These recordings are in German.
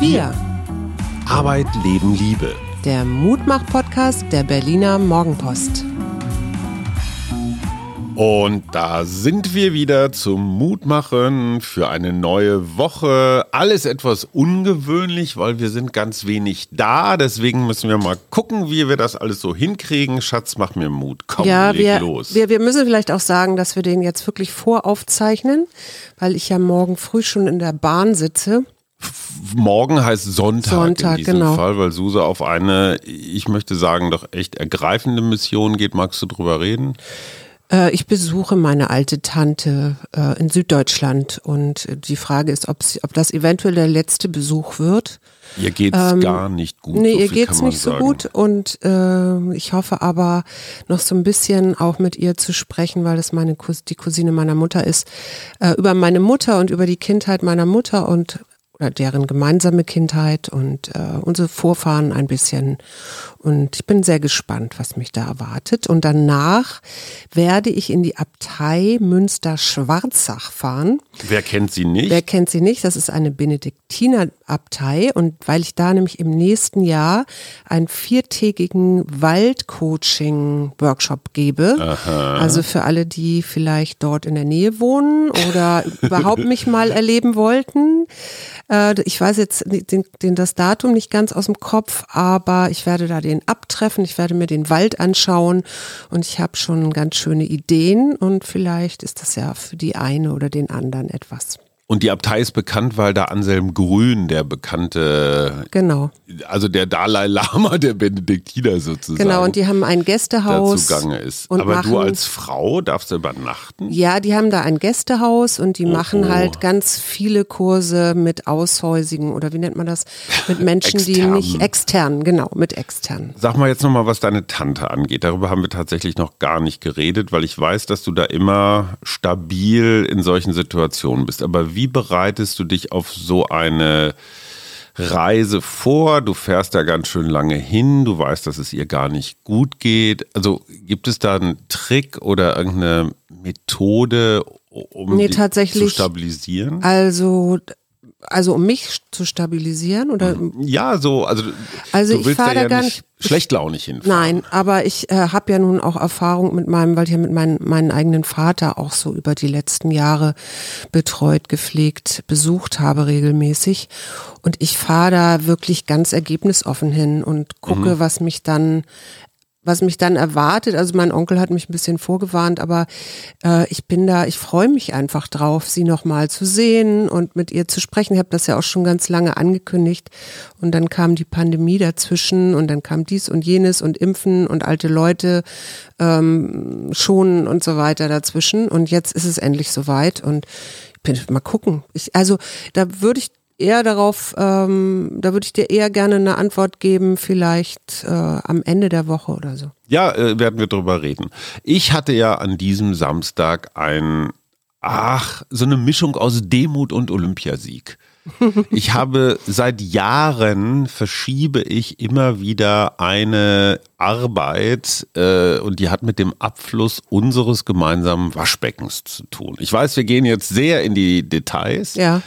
Wir. Arbeit, Leben, Liebe. Der Mutmach-Podcast der Berliner Morgenpost. Und da sind wir wieder zum Mutmachen für eine neue Woche. Alles etwas ungewöhnlich, weil wir sind ganz wenig da. Deswegen müssen wir mal gucken, wie wir das alles so hinkriegen. Schatz, mach mir Mut. Komm, leg los. Wir müssen vielleicht auch sagen, dass wir den jetzt wirklich voraufzeichnen, weil ich ja morgen früh schon in der Bahn sitze. Morgen heißt Sonntag in diesem genau. Fall, weil Suse auf eine, ich möchte sagen, doch echt ergreifende Mission geht. Magst du drüber reden? Ich besuche meine alte Tante in Süddeutschland und die Frage ist, ob das eventuell der letzte Besuch wird. Ihr geht's gar nicht gut. Nee, so ihr viel geht's kann man nicht so sagen. gut und ich hoffe aber noch so ein bisschen auch mit ihr zu sprechen, weil das die Cousine meiner Mutter ist, über meine Mutter und über die Kindheit meiner Mutter und oder deren gemeinsame Kindheit und unsere Vorfahren ein bisschen. Und ich bin sehr gespannt, was mich da erwartet. Und danach werde ich in die Abtei Münster-Schwarzach fahren. Wer kennt sie nicht? Wer kennt sie nicht? Das ist eine Benediktinerabtei. Und weil ich da nämlich im nächsten Jahr einen 4-tägigen Waldcoaching-Workshop gebe. Aha. Also für alle, die vielleicht dort in der Nähe wohnen oder überhaupt mich mal erleben wollten. Ich weiß jetzt das Datum nicht ganz aus dem Kopf, aber ich werde da den abtreffen, ich werde mir den Wald anschauen und ich habe schon ganz schöne Ideen und vielleicht ist das ja für die eine oder den anderen etwas. Und die Abtei ist bekannt, weil da Anselm Grün, der bekannte, genau, also der Dalai Lama der Benediktiner sozusagen. Genau, und die haben ein Gästehaus. Zugange ist. Aber du als Frau darfst übernachten? Ja, die haben da ein Gästehaus und die machen halt ganz viele Kurse mit Aushäusigen oder wie nennt man das? Mit Menschen, die nicht extern, genau, mit extern. Sag mal jetzt nochmal, was deine Tante angeht. Darüber haben wir tatsächlich noch gar nicht geredet, weil ich weiß, dass du da immer stabil in solchen Situationen bist. Aber wie bereitest du dich auf so eine Reise vor? Du fährst da ganz schön lange hin, du weißt, dass es ihr gar nicht gut geht. Also gibt es da einen Trick oder irgendeine Methode, um dich zu stabilisieren? Also um mich zu stabilisieren oder? Ja, so, also du willst da ja nicht schlechtlaunig hinfahren. Nein, aber ich habe ja nun auch Erfahrung weil ich ja mit meinen eigenen Vater auch so über die letzten Jahre betreut, gepflegt, besucht habe regelmäßig und ich fahre da wirklich ganz ergebnisoffen hin und gucke, was mich dann erwartet. Also mein Onkel hat mich ein bisschen vorgewarnt, aber ich freue mich einfach drauf, sie nochmal zu sehen und mit ihr zu sprechen. Ich habe das ja auch schon ganz lange angekündigt und dann kam die Pandemie dazwischen und dann kam dies und jenes und Impfen und alte Leute schonen und so weiter dazwischen und jetzt ist es endlich soweit und mal gucken. Da würde ich dir eher gerne eine Antwort geben, vielleicht am Ende der Woche oder so. Ja, werden wir drüber reden. Ich hatte ja an diesem Samstag so eine Mischung aus Demut und Olympiasieg. Ich habe seit Jahren verschiebe ich immer wieder eine Arbeit und die hat mit dem Abfluss unseres gemeinsamen Waschbeckens zu tun. Ich weiß, wir gehen jetzt sehr in die Details. Ja.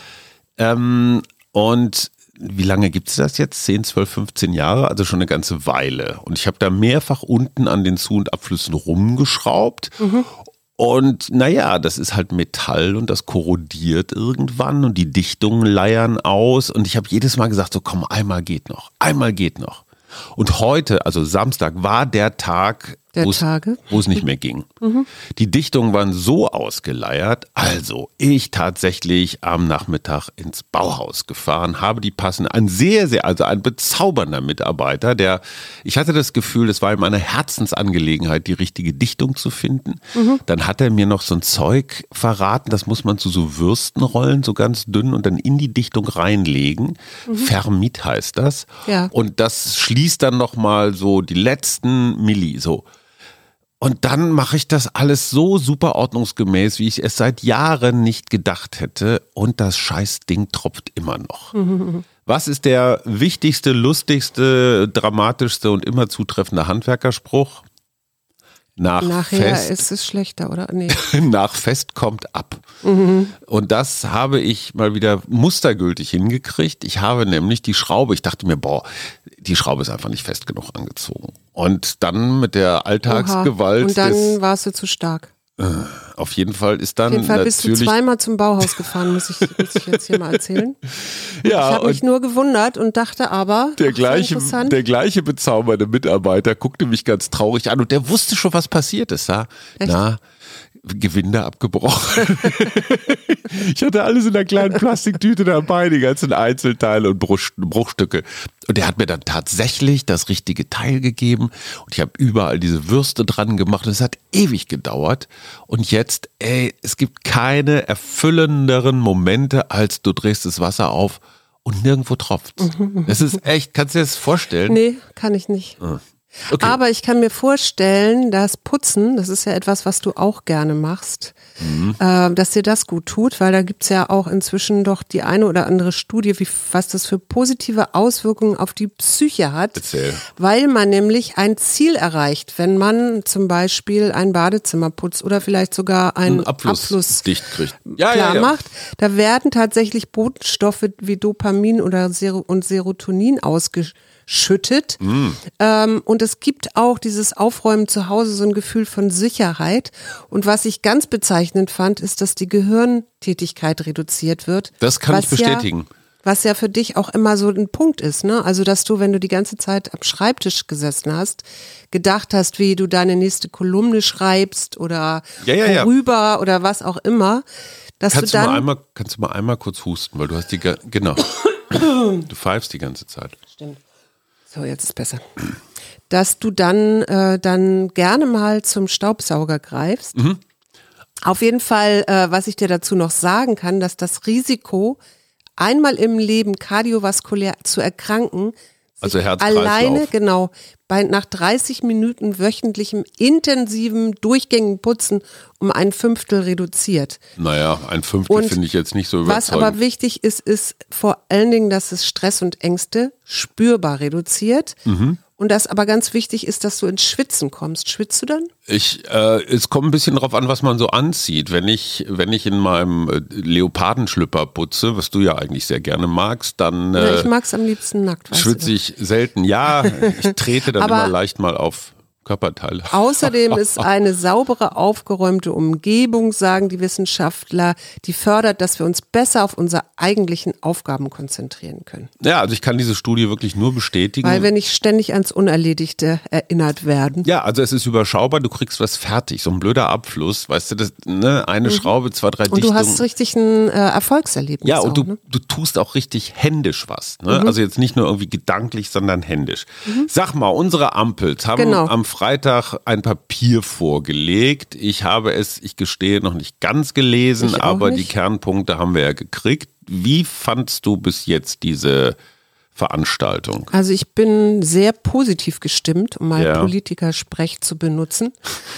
Und wie lange gibt es das jetzt? 10, 12, 15 Jahre? Also schon eine ganze Weile. Und ich habe da mehrfach unten an den Zu- und Abflüssen rumgeschraubt. Und naja, das ist halt Metall und das korrodiert irgendwann und die Dichtungen leiern aus. Und ich habe jedes Mal gesagt, so komm, einmal geht noch. Und heute, also Samstag, war der Tag, wo es nicht mehr ging. Die Dichtungen waren so ausgeleiert, also ich tatsächlich am Nachmittag ins Bauhaus gefahren, habe ein bezaubernder Mitarbeiter, ich hatte das Gefühl, es war ihm eine Herzensangelegenheit, die richtige Dichtung zu finden. Dann hat er mir noch so ein Zeug verraten, das muss man zu so Würsten rollen, so ganz dünn und dann in die Dichtung reinlegen. Fermit heißt das. Ja. Und das schließt dann nochmal so die letzten Milli, so. Und dann mache ich das alles so super ordnungsgemäß, wie ich es seit Jahren nicht gedacht hätte. Und das Scheißding tropft immer noch. Was ist der wichtigste, lustigste, dramatischste und immer zutreffende Handwerkerspruch? Nachher ist es schlechter, oder? Nee. Nach Fest kommt ab. Und das habe ich mal wieder mustergültig hingekriegt. Ich habe nämlich die Schraube, ich dachte mir, die Schraube ist einfach nicht fest genug angezogen. Und dann mit der Alltagsgewalt. Und dann warst du zu stark. Auf jeden Fall ist dann Auf jeden Fall bist du zweimal zum Bauhaus gefahren, muss ich jetzt hier mal erzählen. Ja, ich habe mich nur gewundert und dachte aber, der gleiche bezaubernde Mitarbeiter guckte mich ganz traurig an und der wusste schon, was passiert ist. Gewinde abgebrochen. Ich hatte alles in einer kleinen Plastiktüte dabei, die ganzen Einzelteile und Bruchstücke. Und der hat mir dann tatsächlich das richtige Teil gegeben und ich habe überall diese Würste dran gemacht und es hat ewig gedauert. Und jetzt, es gibt keine erfüllenderen Momente, als du drehst das Wasser auf und nirgendwo tropft. Es ist echt, kannst du dir das vorstellen? Nee, kann ich nicht. Okay. Aber ich kann mir vorstellen, dass Putzen, das ist ja etwas, was du auch gerne machst, dass dir das gut tut, weil da gibt's ja auch inzwischen doch die eine oder andere Studie, was das für positive Auswirkungen auf die Psyche hat. Erzähl. Weil man nämlich ein Ziel erreicht, wenn man zum Beispiel ein Badezimmer putzt oder vielleicht sogar einen Abfluss dicht kriegt. Macht. Da werden tatsächlich Botenstoffe wie Dopamin und Serotonin ausgeschüttet. Und es gibt auch dieses Aufräumen zu Hause so ein Gefühl von Sicherheit. Und was ich ganz bezeichnend fand, ist, dass die Gehirntätigkeit reduziert wird. Das kann ich bestätigen. Was ja für dich auch immer so ein Punkt ist, ne? Also, dass du, wenn du die ganze Zeit am Schreibtisch gesessen hast, gedacht hast, wie du deine nächste Kolumne schreibst oder worüber oder was auch immer. Kannst du mal einmal kurz husten, weil du hast genau. Du pfeifst die ganze Zeit. Stimmt. So, jetzt ist besser. Dass du dann gerne mal zum Staubsauger greifst. Auf jeden Fall, was ich dir dazu noch sagen kann, dass das Risiko, einmal im Leben kardiovaskulär zu erkranken, also alleine, nach 30 Minuten wöchentlichem intensiven, durchgängigen Putzen um 1/5 reduziert. Naja, 1/5 finde ich jetzt nicht so überzeugend. Was aber wichtig ist vor allen Dingen, dass es Stress und Ängste spürbar reduziert. Und das aber ganz wichtig ist, dass du ins Schwitzen kommst. Schwitzt du dann? Es kommt ein bisschen drauf an, was man so anzieht. Wenn ich in meinem Leopardenschlüpper putze, was du ja eigentlich sehr gerne magst, dann ich mag es am liebsten nackt. Schwitze ich selten. Ja, ich trete dann immer leicht mal auf Körperteile. Außerdem ist eine saubere, aufgeräumte Umgebung, sagen die Wissenschaftler, die fördert, dass wir uns besser auf unsere eigentlichen Aufgaben konzentrieren können. Ja, also ich kann diese Studie wirklich nur bestätigen. Weil wir nicht ständig ans Unerledigte erinnert werden. Ja, also es ist überschaubar, du kriegst was fertig, so ein blöder Abfluss, weißt du, eine Schraube, 2, 3 Dichtungen. Und du hast richtig ein Erfolgserlebnis. Ja, und du tust auch richtig händisch was. Ne? Also jetzt nicht nur irgendwie gedanklich, sondern händisch. Sag mal, unsere Ampels haben am Freitag ein Papier vorgelegt. Ich gestehe, noch nicht ganz gelesen, aber die Kernpunkte haben wir ja gekriegt. Wie fandst du bis jetzt diese Veranstaltung? Also ich bin sehr positiv gestimmt, um mal Politikersprech zu benutzen.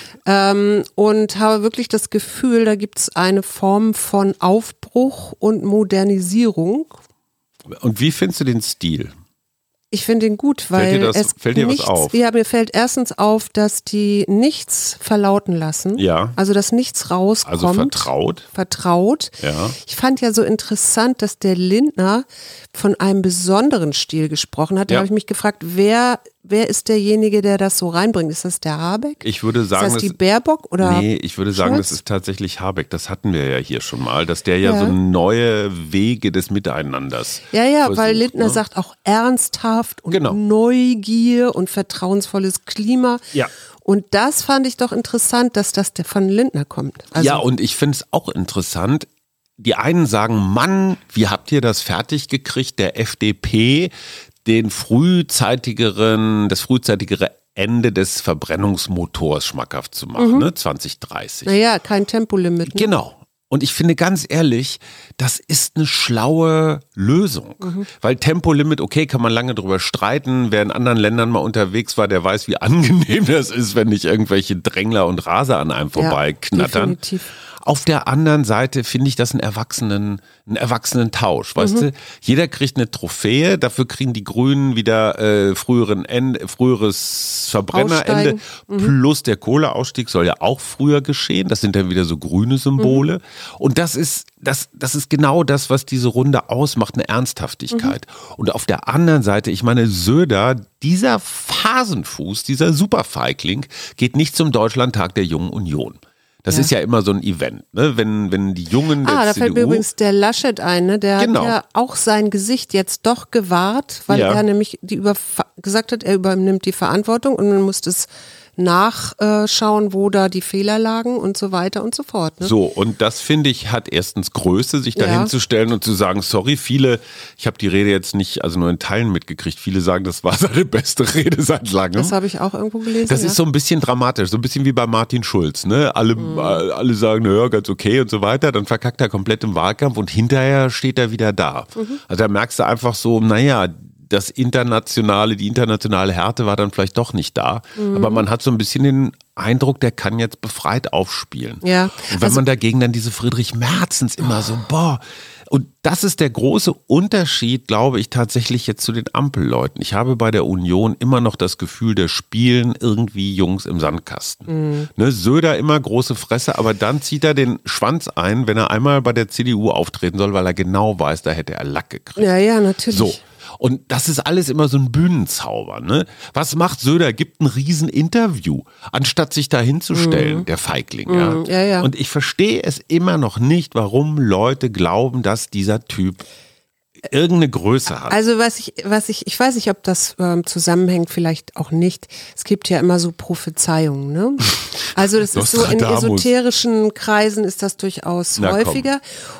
Und habe wirklich das Gefühl, da gibt es eine Form von Aufbruch und Modernisierung. Und wie findest du den Stil? Ich finde ihn gut, weil fällt dir was auf? Ja, mir fällt erstens auf, dass die nichts verlauten lassen. Ja. Also, dass nichts rauskommt. Also vertraut. Ja. Ich fand ja so interessant, dass der Lindner von einem besonderen Stil gesprochen hat. Da habe ich mich gefragt, wer ist derjenige, der das so reinbringt? Ist das der Habeck? Ich würde sagen, ist das die Baerbock oder Nee, ich würde sagen, das ist tatsächlich Habeck. Das hatten wir ja hier schon mal, dass der so neue Wege des Miteinanders versucht, weil Lindner sagt auch ernsthaft und Neugier und vertrauensvolles Klima. Ja. Und das fand ich doch interessant, dass das von Lindner kommt. Also, ja, und ich finde es auch interessant. Die einen sagen, Mann, wie habt ihr das fertig gekriegt, der FDP, das frühzeitigere Ende des Verbrennungsmotors schmackhaft zu machen, ne? 2030. Naja, kein Tempolimit. Ne? Genau. Und ich finde ganz ehrlich, das ist eine schlaue Lösung. Weil Tempolimit, okay, kann man lange drüber streiten. Wer in anderen Ländern mal unterwegs war, der weiß, wie angenehm das ist, wenn nicht irgendwelche Drängler und Raser an einem vorbeiknattern. Definitiv. Auf der anderen Seite finde ich das einen erwachsenen Tausch, weißt du? Jeder kriegt eine Trophäe, dafür kriegen die Grünen wieder früheres Verbrennerende, plus der Kohleausstieg soll ja auch früher geschehen, das sind dann wieder so grüne Symbole und das ist genau das, was diese Runde ausmacht, eine Ernsthaftigkeit. Und auf der anderen Seite, ich meine, Söder, dieser Phasenfuß, dieser Superfeigling, geht nicht zum Deutschlandtag der Jungen Union. Das ist ja immer so ein Event, ne? Wenn die Jungen der da CDU... fällt mir übrigens der Laschet ein, ne? Der hat ja auch sein Gesicht jetzt doch gewahrt, weil er nämlich gesagt hat, er übernimmt die Verantwortung und man muss es nachschauen, wo da die Fehler lagen und so weiter und so fort. Ne? So, und das finde ich hat erstens Größe, sich da hinzustellen und zu sagen, sorry, ich habe die Rede jetzt nicht, also nur in Teilen mitgekriegt, viele sagen, das war seine beste Rede seit langem. Das habe ich auch irgendwo gelesen. Das ist so ein bisschen dramatisch, so ein bisschen wie bei Martin Schulz, ne? Alle sagen, naja, ganz okay und so weiter, dann verkackt er komplett im Wahlkampf und hinterher steht er wieder da. Also da merkst du einfach so, naja, die internationale Härte war dann vielleicht doch nicht da. Aber man hat so ein bisschen den Eindruck, der kann jetzt befreit aufspielen. Ja. Und wenn man dagegen dann diese Friedrich Merzens immer so, und das ist der große Unterschied, glaube ich, tatsächlich jetzt zu den Ampelleuten. Ich habe bei der Union immer noch das Gefühl, der spielen irgendwie Jungs im Sandkasten. Ne, Söder immer große Fresse, aber dann zieht er den Schwanz ein, wenn er einmal bei der CDU auftreten soll, weil er genau weiß, da hätte er Lack gekriegt. Ja, natürlich. So. Und das ist alles immer so ein Bühnenzauber, ne? Was macht Söder? Gibt ein Rieseninterview, anstatt sich da hinzustellen, der Feigling, ja? Und ich verstehe es immer noch nicht, warum Leute glauben, dass dieser Typ irgendeine Größe hat. Also ich weiß nicht, ob das zusammenhängt, vielleicht auch nicht. Es gibt ja immer so Prophezeiungen, ne? Also das ist so in esoterischen Kreisen ist das durchaus häufiger.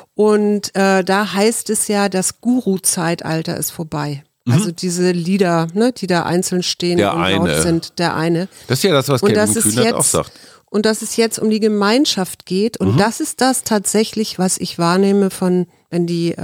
Und da heißt es ja, das Guru-Zeitalter ist vorbei. Also diese Lieder, ne, die da einzeln stehen und laut sind, der eine. Das ist ja das, was Kevin Kühnert auch sagt. Und dass es jetzt um die Gemeinschaft geht. Und das ist das tatsächlich, was ich wahrnehme wenn die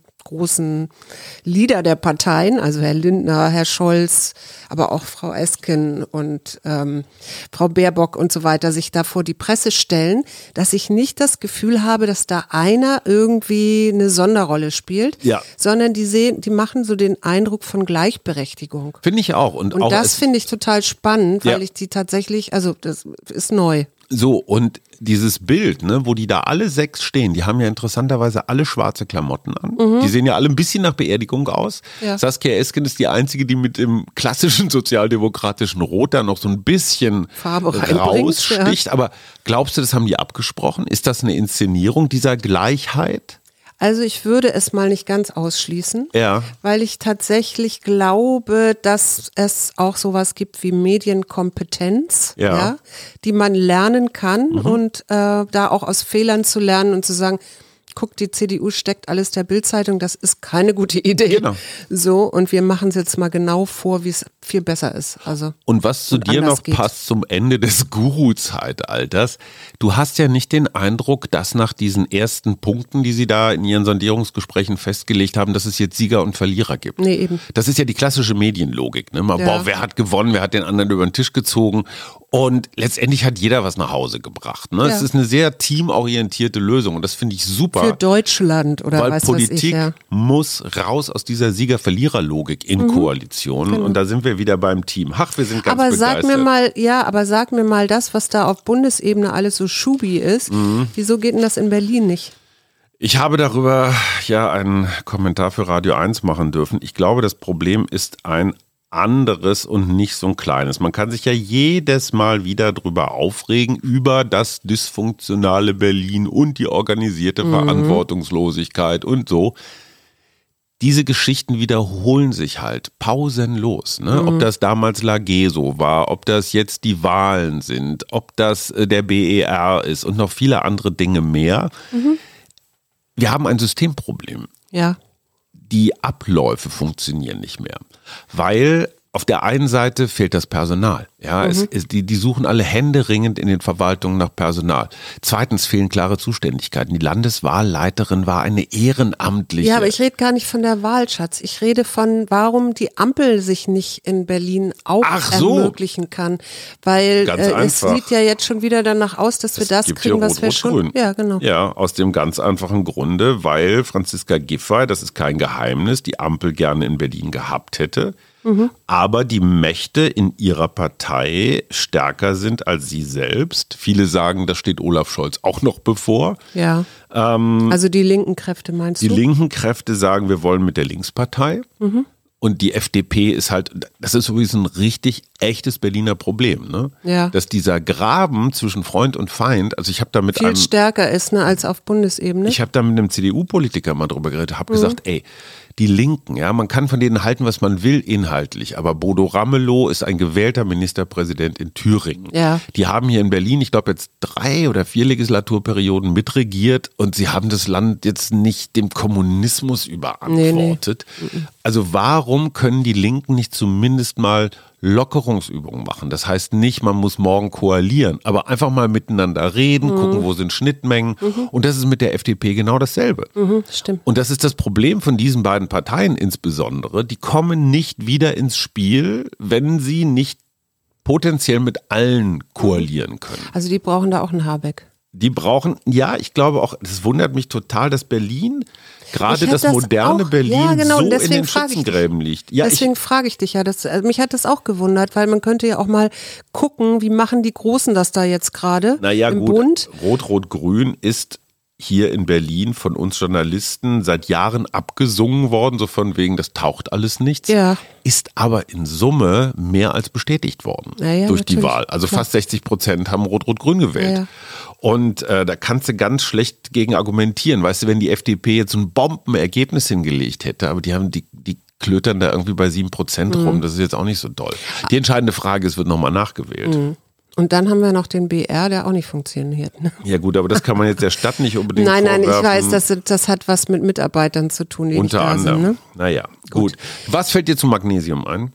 großen Leader der Parteien, also Herr Lindner, Herr Scholz, aber auch Frau Esken und Frau Baerbock und so weiter, sich da vor die Presse stellen, dass ich nicht das Gefühl habe, dass da einer irgendwie eine Sonderrolle spielt, sondern die machen so den Eindruck von Gleichberechtigung. Finde ich auch. Und auch das finde ich total spannend, weil ich die tatsächlich, also das ist neu. So, und dieses Bild, ne, wo die da alle 6 stehen, die haben ja interessanterweise alle schwarze Klamotten an. Die sehen ja alle ein bisschen nach Beerdigung aus. Ja. Saskia Esken ist die einzige, die mit dem klassischen sozialdemokratischen Rot da noch so ein bisschen Farbe raussticht. Ja. Aber glaubst du, das haben die abgesprochen? Ist das eine Inszenierung dieser Gleichheit? Also ich würde es mal nicht ganz ausschließen, weil ich tatsächlich glaube, dass es auch sowas gibt wie Medienkompetenz, die man lernen kann und da auch aus Fehlern zu lernen und zu sagen, guck, die CDU steckt alles der Bild-Zeitung, das ist keine gute Idee. Genau. So, und wir machen es jetzt mal genau vor, wie es viel besser ist. Also, und was zu dir noch passt zum Ende des Guru-Zeitalters, du hast ja nicht den Eindruck, dass nach diesen ersten Punkten, die sie da in ihren Sondierungsgesprächen festgelegt haben, dass es jetzt Sieger und Verlierer gibt. Nee, eben. Das ist ja die klassische Medienlogik. Ne? Boah, wer hat gewonnen, wer hat den anderen über den Tisch gezogen? Und letztendlich hat jeder was nach Hause gebracht. Ne? Es ist eine sehr teamorientierte Lösung und das finde ich super. Für Deutschland oder weil was Politik weiß ich, muss raus aus dieser Sieger-Verlierer-Logik in Koalitionen und da sind wir wieder beim Team. Ach, wir sind ganz begeistert. Sag mir mal das, was da auf Bundesebene alles so Schubi ist. Wieso geht denn das in Berlin nicht? Ich habe darüber einen Kommentar für Radio 1 machen dürfen. Ich glaube, das Problem ist ein anderes und nicht so ein kleines. Man kann sich ja jedes Mal wieder drüber aufregen, über das dysfunktionale Berlin und die organisierte Verantwortungslosigkeit und so. Diese Geschichten wiederholen sich halt pausenlos. Ne? Ob das damals Lageso war, ob das jetzt die Wahlen sind, ob das der BER ist und noch viele andere Dinge mehr. Wir haben ein Systemproblem. Ja. Die Abläufe funktionieren nicht mehr, weil auf der einen Seite fehlt das Personal. Ja, die suchen alle händeringend in den Verwaltungen nach Personal. Zweitens fehlen klare Zuständigkeiten. Die Landeswahlleiterin war eine Ehrenamtliche. Ja, aber ich rede gar nicht von der Wahl, Schatz. Ich rede von, warum die Ampel sich nicht in Berlin auch ermöglichen kann. Weil es sieht ja jetzt schon wieder danach aus, dass wir das kriegen, was wir schon... Grün. Ja, genau. Ja, aus dem ganz einfachen Grunde, weil Franziska Giffey, das ist kein Geheimnis, die Ampel gerne in Berlin gehabt hätte. Aber die Mächte in ihrer Partei stärker sind als sie selbst. Viele sagen, das steht Olaf Scholz auch noch bevor. Ja. Also die linken Kräfte meinst du? Die linken Kräfte sagen, wir wollen mit der Linkspartei. Und die FDP ist halt, das ist sowieso ein richtig echtes Berliner Problem, ne? Ja. Dass dieser Graben zwischen Freund und Feind, also ich habe da mit viel stärker ist, ne, als auf Bundesebene. Ich habe da mit einem CDU-Politiker mal drüber geredet, habe gesagt, ey, die Linken, ja, man kann von denen halten, was man will inhaltlich, aber Bodo Ramelow ist ein gewählter Ministerpräsident in Thüringen. Ja. Die haben hier in Berlin, ich glaube jetzt 3 oder 4 Legislaturperioden mitregiert und sie haben das Land jetzt nicht dem Kommunismus überantwortet. Nee. Also warum können die Linken nicht zumindest mal Lockerungsübungen machen? Das heißt nicht, man muss morgen koalieren, aber einfach mal miteinander reden, gucken, wo sind Schnittmengen. Und das ist mit der FDP genau dasselbe. Stimmt. Und das ist das Problem von diesen beiden Parteien insbesondere. Die kommen nicht wieder ins Spiel, wenn sie nicht potenziell mit allen koalieren können. Also die brauchen da auch einen Habeck. Die brauchen, ja, ich glaube auch, das wundert mich total, dass Berlin, gerade das moderne Berlin, so in den Schützengräben liegt. Ja, deswegen frage ich dich ja, mich hat das auch gewundert, weil man könnte ja auch mal gucken, wie machen die Großen das da jetzt gerade im Bund? Rot-Rot-Grün ist hier in Berlin von uns Journalisten seit Jahren abgesungen worden, so von wegen, das taucht alles nichts, ist aber in Summe mehr als bestätigt worden durch die Wahl. Also fast 60% haben Rot-Rot-Grün gewählt. Ja. Und da kannst du ganz schlecht gegen argumentieren. Weißt du, wenn die FDP jetzt so ein Bombenergebnis hingelegt hätte, aber die haben die klötern da irgendwie bei 7% rum, das ist jetzt auch nicht so doll. Die entscheidende Frage ist, wird nochmal nachgewählt. Und dann haben wir noch den BR, der auch nicht funktioniert. Ne? Ja gut, aber das kann man jetzt der Stadt nicht unbedingt Nein, ich vorwerfen. weiß, das hat was mit Mitarbeitern zu tun, die unter nicht da anderem. sind. Ne? Naja, gut. Was fällt dir zu Magnesium ein?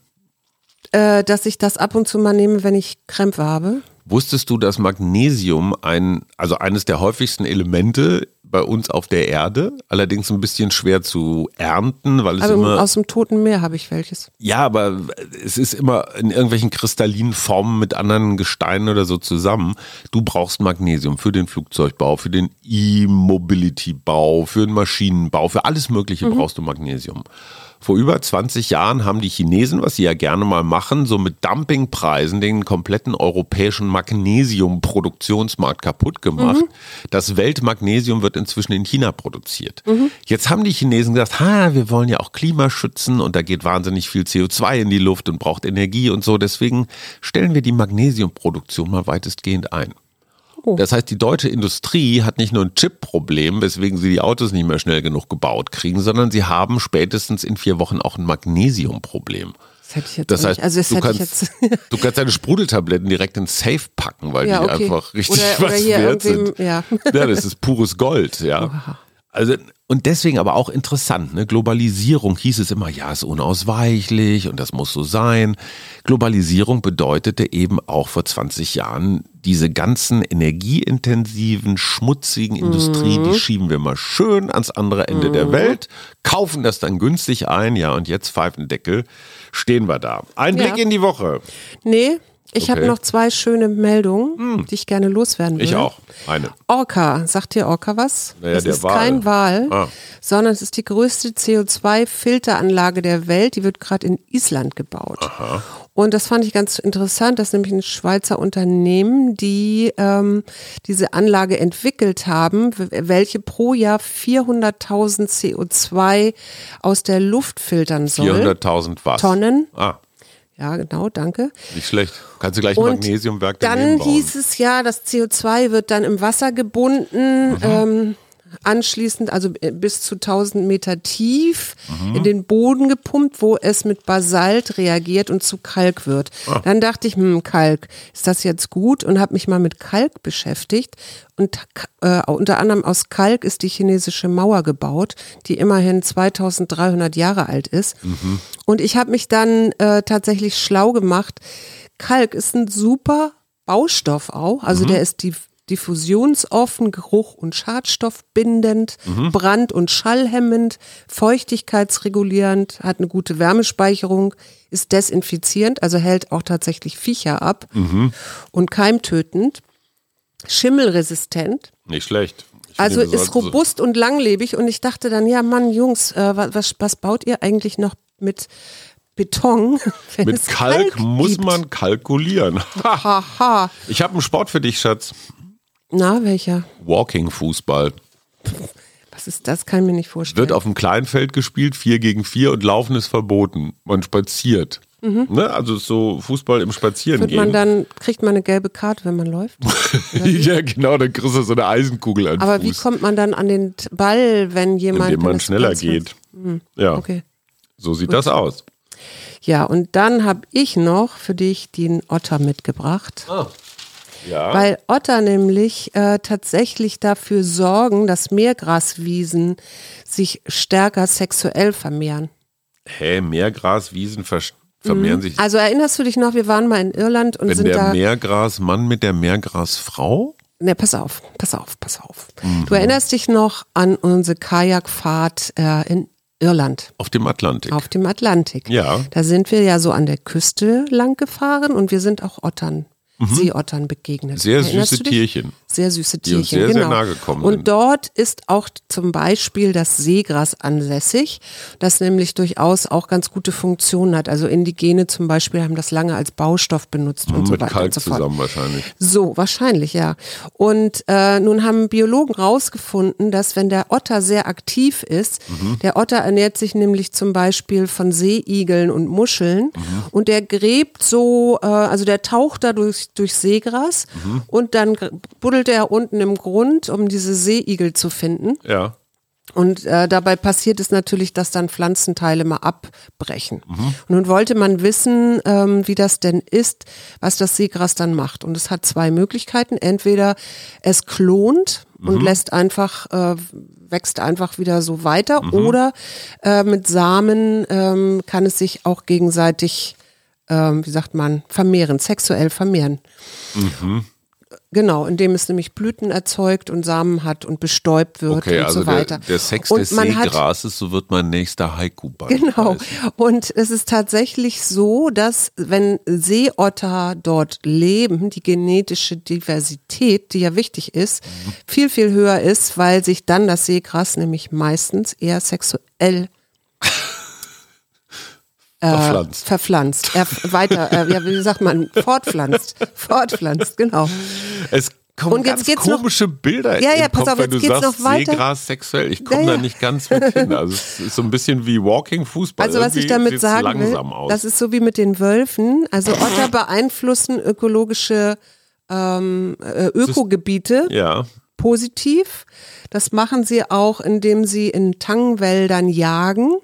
Dass ich das ab und zu mal nehme, wenn ich Krämpfe habe. Wusstest du, dass Magnesium eines der häufigsten Elemente bei uns auf der Erde, allerdings ein bisschen schwer zu ernten, weil es immer... aus dem Toten Meer habe ich welches. Ja, aber es ist immer in irgendwelchen kristallinen Formen mit anderen Gesteinen oder so zusammen. Du brauchst Magnesium für den Flugzeugbau, für den E-Mobility-Bau, für den Maschinenbau, für alles Mögliche brauchst du Magnesium. Vor über 20 Jahren haben die Chinesen, was sie ja gerne mal machen, so mit Dumpingpreisen den kompletten europäischen Magnesiumproduktionsmarkt kaputt gemacht. Das Weltmagnesium wird inzwischen in China produziert. Jetzt haben die Chinesen gesagt, wir wollen ja auch Klima schützen und da geht wahnsinnig viel CO2 in die Luft und braucht Energie und so. Deswegen stellen wir die Magnesiumproduktion mal weitestgehend ein. Das heißt, die deutsche Industrie hat nicht nur ein Chip-Problem, weswegen sie die Autos nicht mehr schnell genug gebaut kriegen, sondern sie haben spätestens in 4 Wochen auch ein Magnesiumproblem. Das hätte ich jetzt das heißt, nicht. Also du kannst deine Sprudeltabletten direkt ins Safe packen, weil die einfach richtig was wert sind. Ja, das ist pures Gold, ja. Also, und deswegen aber auch interessant, ne? Globalisierung hieß es immer, ja, ist unausweichlich und das muss so sein. Globalisierung bedeutete eben auch vor 20 Jahren, diese ganzen energieintensiven, schmutzigen Industrien, die schieben wir mal schön ans andere Ende der Welt, kaufen das dann günstig ein, ja, und jetzt Pfeifendeckel, stehen wir da. Ein Blick in die Woche. Nee. Ich habe noch 2 schöne Meldungen, die ich gerne loswerden würde. Ich auch. Eine. Orca. Sagt dir Orca was? Naja, das ist kein Wal, sondern es ist die größte CO2-Filteranlage der Welt. Die wird gerade in Island gebaut. Aha. Und das fand ich ganz interessant. Das ist nämlich ein Schweizer Unternehmen, die diese Anlage entwickelt haben, welche pro Jahr 400.000 CO2 aus der Luft filtern soll. 400.000 was? Tonnen. Ah. Ja, genau, danke. Nicht schlecht. Kannst du gleich ein Magnesiumwerk daneben dann bauen. hieß es ja, das CO2 wird dann im Wasser gebunden. anschließend, also bis zu 1000 Meter tief, in den Boden gepumpt, wo es mit Basalt reagiert und zu Kalk wird. Dann dachte ich, Kalk, ist das jetzt gut? Und habe mich mal mit Kalk beschäftigt. Und unter anderem aus Kalk ist die chinesische Mauer gebaut, die immerhin 2300 Jahre alt ist. Und ich habe mich dann tatsächlich schlau gemacht. Kalk ist ein super Baustoff auch, also der ist diffusionsoffen, geruch- und schadstoffbindend, brand- und schallhemmend, feuchtigkeitsregulierend, hat eine gute Wärmespeicherung, ist desinfizierend, also hält auch tatsächlich Viecher ab und keimtötend, schimmelresistent. Nicht schlecht. Also ist robust und langlebig und ich dachte dann, ja Mann, Jungs, was baut ihr eigentlich noch mit Beton? Mit Kalk muss man kalkulieren. Haha. Ich habe einen Sport für dich, Schatz. Na, welcher? Walking-Fußball. Was ist das? Kann ich mir nicht vorstellen. Wird auf dem Kleinfeld gespielt, 4 gegen 4 und Laufen ist verboten. Man spaziert. Ne? Also so Fußball im Spazierengehen. Kriegt man eine gelbe Karte, wenn man läuft? Ja, genau, dann kriegst du so eine Eisenkugel an den Aber Fuß. wie kommt man dann an den Ball, wenn jemand... Indem man schneller geht. Ja, okay. So sieht das aus. Ja, und dann habe ich noch für dich den Otter mitgebracht. Ja. Weil Otter nämlich tatsächlich dafür sorgen, dass Meergraswiesen sich stärker sexuell vermehren. Meergraswiesen vermehren sich. Also erinnerst du dich noch, wir waren mal in Irland und sind da... Wenn der Meergrasmann mit der Meergrasfrau? Ne, pass auf. Du erinnerst dich noch an unsere Kajakfahrt in Irland. Auf dem Atlantik. Auf dem Atlantik. Ja. Da sind wir ja so an der Küste lang gefahren und wir sind auch Seeottern begegnet. Sehr süße Tierchen. Sehr süße Die uns Tierchen, sehr, genau. sehr nah gekommen sind. Und dort ist auch zum Beispiel das Seegras ansässig, das nämlich durchaus auch ganz gute Funktionen hat. Also Indigene zum Beispiel haben das lange als Baustoff benutzt und so mit weiter Kalk und so fort. zusammen wahrscheinlich. So, wahrscheinlich, ja. Und nun haben Biologen rausgefunden, dass wenn der Otter sehr aktiv ist, der Otter ernährt sich nämlich zum Beispiel von Seeigeln und Muscheln und der gräbt so, also der taucht da durch Seegras und dann buddelt er unten im Grund, um diese Seeigel zu finden. Ja. Und dabei passiert es natürlich, dass dann Pflanzenteile mal abbrechen. Und nun wollte man wissen, wie das denn ist, was das Seegras dann macht. Und es hat 2 Möglichkeiten. Entweder es klont und lässt einfach, wächst einfach wieder so weiter, oder mit Samen kann es sich auch gegenseitig vermehren, sexuell vermehren. Genau, indem es nämlich Blüten erzeugt und Samen hat und bestäubt wird und also so weiter. Der Sex und des Seegrases, so wird mein nächster Haiku-Band. Genau, und es ist tatsächlich so, dass wenn Seeotter dort leben, die genetische Diversität, die ja wichtig ist, viel, viel höher ist, weil sich dann das Seegras nämlich meistens eher sexuell verpflanzt. Wie sagt man, fortpflanzt, genau. Es kommen und jetzt ganz komische Bilder in den Kopf, wenn du sagst, Seegras sexuell. Ich komme da nicht ganz mit hin. Also es ist so ein bisschen wie Walking-Fußball. Also was ich damit sagen will, das ist so wie mit den Wölfen. Also Otter beeinflussen ökologische Ökogebiete positiv. Das machen sie auch, indem sie in Tangwäldern jagen.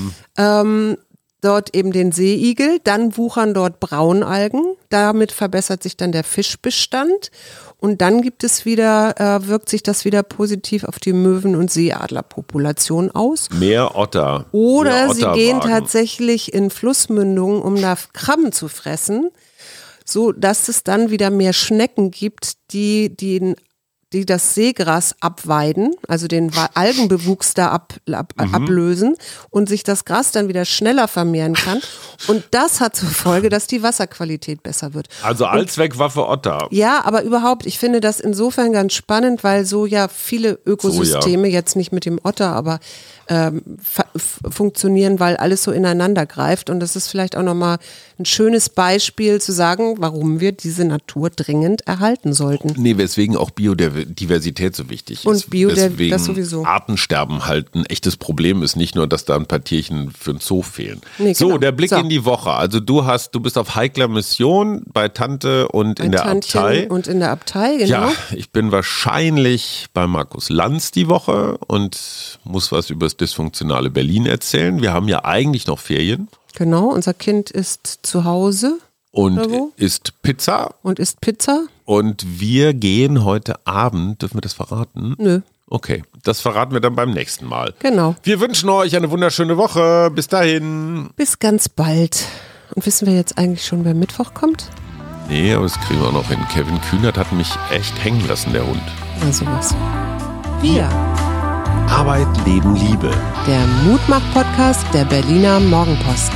Dort eben den Seeigel, dann wuchern dort Braunalgen, damit verbessert sich dann der Fischbestand und dann wirkt sich das wieder positiv auf die Möwen- und Seeadlerpopulation aus. Mehr Otter. Oder sie gehen tatsächlich in Flussmündungen, um da Krabben zu fressen, so dass es dann wieder mehr Schnecken gibt, die das Seegras abweiden, also den Algenbewuchs da ablösen und sich das Gras dann wieder schneller vermehren kann. Und das hat zur Folge, dass die Wasserqualität besser wird. Also Allzweckwaffe Otter. Ja, aber überhaupt, ich finde das insofern ganz spannend, weil so ja viele Ökosysteme, jetzt nicht mit dem Otter, aber funktionieren, weil alles so ineinander greift. Und das ist vielleicht auch nochmal ein schönes Beispiel zu sagen, warum wir diese Natur dringend erhalten sollten. Nee, weswegen auch Biodiversität Diversität so wichtig ist. Und Biodiversität, das sowieso. Artensterben halt ein echtes Problem ist, nicht nur, dass da ein paar Tierchen für den Zoo fehlen. Nee, so, genau. der Blick in die Woche. Also du bist auf heikler Mission bei Tante und in der Tantchen Abtei. Und in der Abtei, genau. Ja, ich bin wahrscheinlich bei Markus Lanz die Woche und muss was über das dysfunktionale Berlin erzählen. Wir haben ja eigentlich noch Ferien. Genau, unser Kind ist zu Hause. Und isst Pizza. Und isst Pizza. Und wir gehen heute Abend, dürfen wir das verraten? Nö. Okay, das verraten wir dann beim nächsten Mal. Genau. Wir wünschen euch eine wunderschöne Woche. Bis dahin. Bis ganz bald. Und wissen wir jetzt eigentlich schon, wer Mittwoch kommt? Nee, aber das kriegen wir auch noch hin. Kevin Kühnert hat mich echt hängen lassen, der Hund. Na sowas. Wir. Arbeit, Leben, Liebe. Der Mutmach-Podcast der Berliner Morgenpost.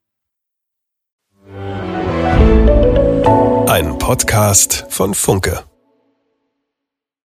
Ein Podcast von Funke.